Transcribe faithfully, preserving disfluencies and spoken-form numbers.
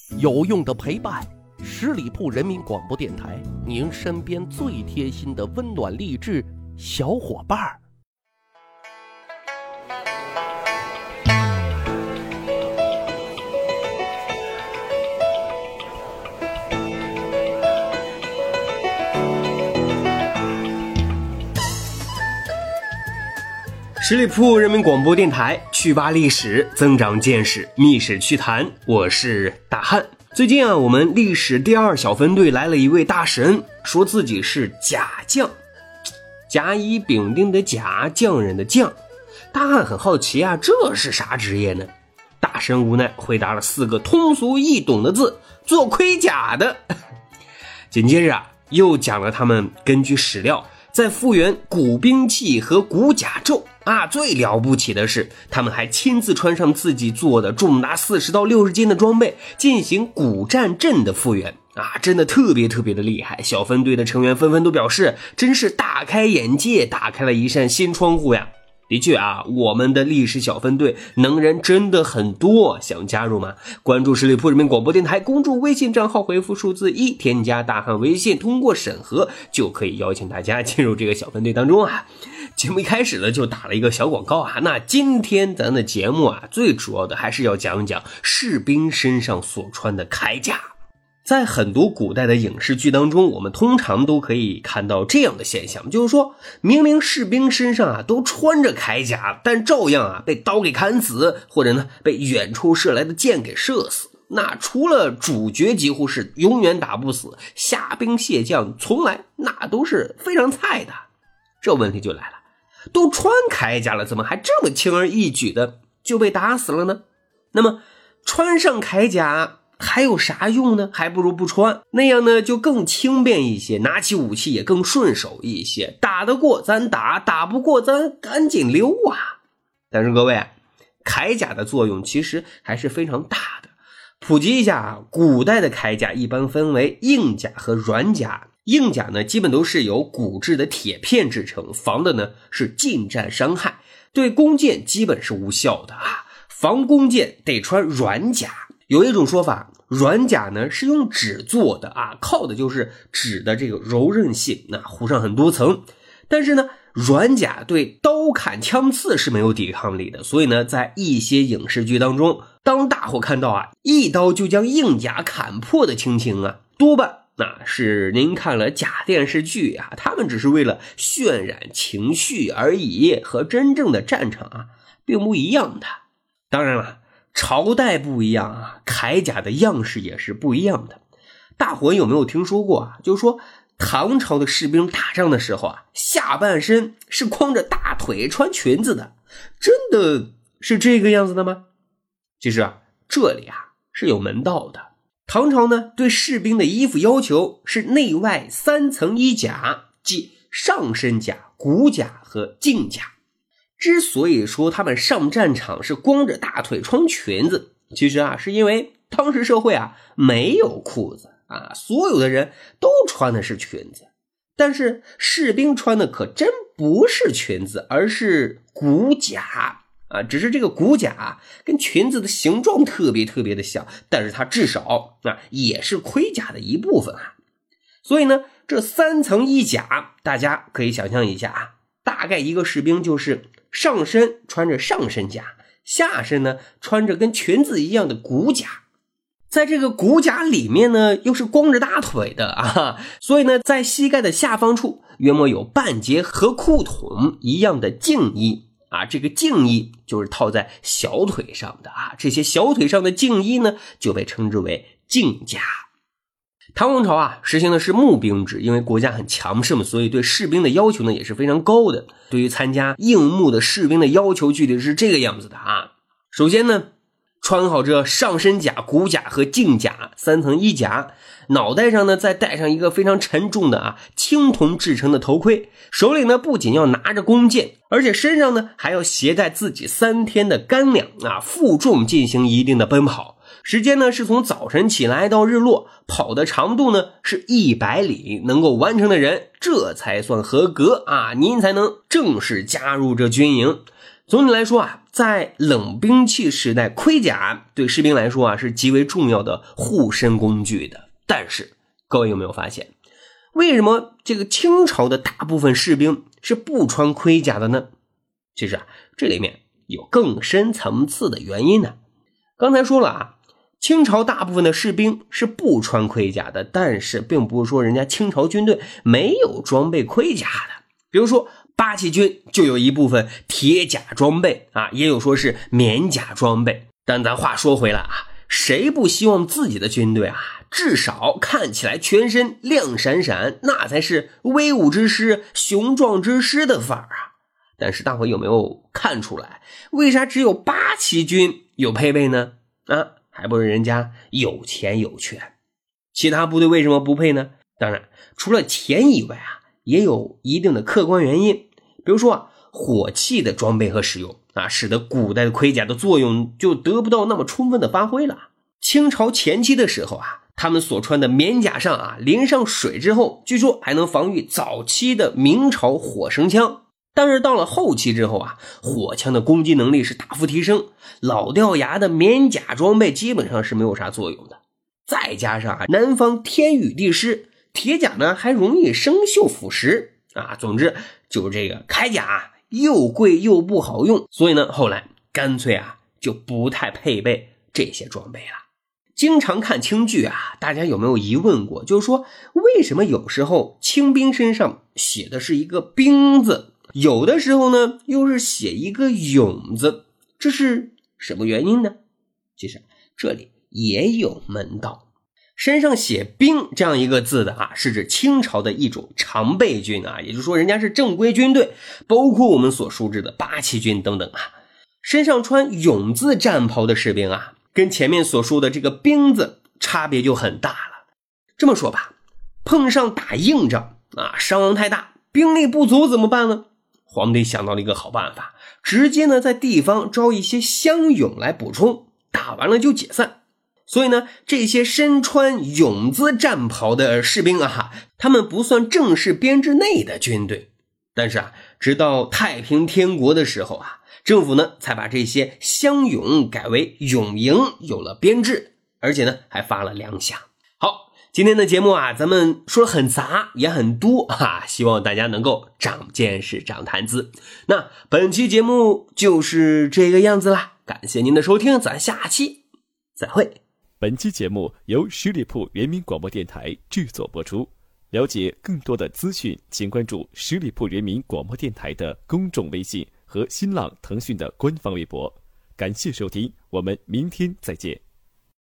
有用的陪伴，十里铺人民广播电台，您身边最贴心的温暖励志小伙伴儿。 十里铺人民广播电台，趣吧历史，增长见识，密史趣谈，我是大汉。最近啊，我们历史第二小分队来了一位大神，说自己是甲将，甲乙丙丁的甲，匠人的匠。大汉很好奇啊，这是啥职业呢？大神无奈回答了四个通俗易懂的字：做盔甲的。紧接着啊，又讲了他们根据史料在复原古兵器和古甲胄啊，最了不起的是他们还亲自穿上自己做的重达四十到六十斤的装备进行古战阵的复原啊，真的特别特别的厉害。小分队的成员纷纷都表示，真是大开眼界，打开了一扇新窗户呀。的确啊，我们的历史小分队能人真的很多，想加入吗？关注十里铺人民广播电台公众微信账号，回复数字一，添加大汉微信，通过审核就可以邀请大家进入这个小分队当中啊。节目一开始呢就打了一个小广告啊，那今天咱的节目啊，最主要的还是要讲讲士兵身上所穿的铠甲。在很多古代的影视剧当中，我们通常都可以看到这样的现象，就是说明明士兵身上啊都穿着铠甲，但照样啊被刀给砍死，或者呢被远处射来的箭给射死。那除了主角几乎是永远打不死，下兵蟹将从来那都是非常菜的。这问题就来了，都穿铠甲了，怎么还这么轻而易举的就被打死了呢？那么穿上铠甲还有啥用呢？还不如不穿，那样呢就更轻便一些，拿起武器也更顺手一些，打得过咱打，打不过咱赶紧溜啊。但是各位，铠甲的作用其实还是非常大的。普及一下啊，古代的铠甲一般分为硬甲和软甲。硬甲呢基本都是由骨质的铁片制成，防的呢是近战伤害，对弓箭基本是无效的啊。防弓箭得穿软甲。有一种说法，软甲呢是用纸做的啊，靠的就是纸的这个柔韧性，那糊上很多层。但是呢，软甲对刀砍枪刺是没有抵抗力的，所以呢，在一些影视剧当中，当大伙看到啊一刀就将硬甲砍破的情形啊，多半那是您看了假电视剧啊，他们只是为了渲染情绪而已，和真正的战场啊并不一样的。当然了，朝代不一样啊，铠甲的样式也是不一样的。大伙有没有听说过啊？就是说唐朝的士兵打仗的时候啊，下半身是光着大腿穿裙子的，真的是这个样子的吗？其实啊，这里啊是有门道的。唐朝呢对士兵的衣服要求是内外三层衣甲，即上身甲、骨甲和胫甲。之所以说他们上战场是光着大腿穿裙子，其实啊是因为当时社会啊没有裤子啊，所有的人都穿的是裙子。但是士兵穿的可真不是裙子，而是骨甲啊，只是这个骨甲跟裙子的形状特别特别的像，但是它至少啊也是盔甲的一部分啊。所以呢，这三层衣甲大家可以想象一下啊，大概一个士兵就是上身穿着上身甲，下身呢穿着跟裙子一样的骨甲。在这个骨甲里面呢又是光着大腿的啊，所以呢在膝盖的下方处约莫有半截和裤筒一样的胫衣啊，这个胫衣就是套在小腿上的啊，这些小腿上的胫衣呢就被称之为胫甲。唐王朝啊实行的是募兵制，因为国家很强盛，所以对士兵的要求呢也是非常高的。对于参加应募的士兵的要求具体是这个样子的啊。首先呢，穿好这上身甲、骨甲和胫甲三层衣甲，脑袋上呢再戴上一个非常沉重的啊青铜制成的头盔，手里呢不仅要拿着弓箭，而且身上呢还要携带自己三天的干粮啊，负重进行一定的奔跑。时间呢是从早晨起来到日落，跑的长度呢是一百里，能够完成的人这才算合格啊，您才能正式加入这军营。总体来说啊， 在冷兵器时代，盔甲对士兵来说啊是极为重要的护身工具的。但是各位有没有发现，为什么这个清朝的大部分士兵是不穿盔甲的呢？其实啊，这里面有更深层次的原因呢。刚才说了啊，清朝大部分的士兵是不穿盔甲的，但是并不是说人家清朝军队没有装备盔甲的。比如说八旗军就有一部分铁甲装备啊，也有说是棉甲装备。但咱话说回来啊，谁不希望自己的军队啊至少看起来全身亮闪闪，那才是威武之师、雄壮之师的范儿啊。但是大伙有没有看出来，为啥只有八旗军有配备呢？啊，还不是人家有钱有权。其他部队为什么不配呢？当然除了钱以外啊，也有一定的客观原因。比如说啊，火器的装备和使用啊，使得古代的盔甲的作用就得不到那么充分的发挥了。清朝前期的时候啊，他们所穿的棉甲上啊淋上水之后，据说还能防御早期的明朝火绳枪。但是到了后期之后啊，火枪的攻击能力是大幅提升，老掉牙的棉甲装备基本上是没有啥作用的。再加上啊，南方天雨地湿，铁甲呢还容易生锈腐蚀啊。总之就是这个铠甲啊又贵又不好用，所以呢后来干脆啊就不太配备这些装备了。经常看清剧啊，大家有没有疑问过，就是说为什么有时候清兵身上写的是一个兵字，有的时候呢又是写一个勇字，这是什么原因呢？其实这里也有门道。身上写兵这样一个字的啊，是指清朝的一种常备军啊，也就是说人家是正规军队，包括我们所熟知的八旗军等等啊。身上穿勇字战袍的士兵啊，跟前面所说的这个兵字差别就很大了。这么说吧，碰上打硬仗啊，伤亡太大，兵力不足怎么办呢？皇帝想到了一个好办法，直接呢在地方招一些乡勇来补充，打完了就解散。所以呢，这些身穿勇字战袍的士兵啊，他们不算正式编制内的军队。但是啊，直到太平天国的时候啊，政府呢才把这些乡勇改为勇营，有了编制，而且呢还发了粮饷。好，今天的节目啊，咱们说得很杂也很多啊，希望大家能够长见识长谈资。那本期节目就是这个样子啦，感谢您的收听，咱下期再会。 本期节目由十里铺人民广播电台制作播出。了解更多的资讯，请关注十里铺人民广播电台的公众微信和新浪、腾讯的官方微博。感谢收听，我们明天再见。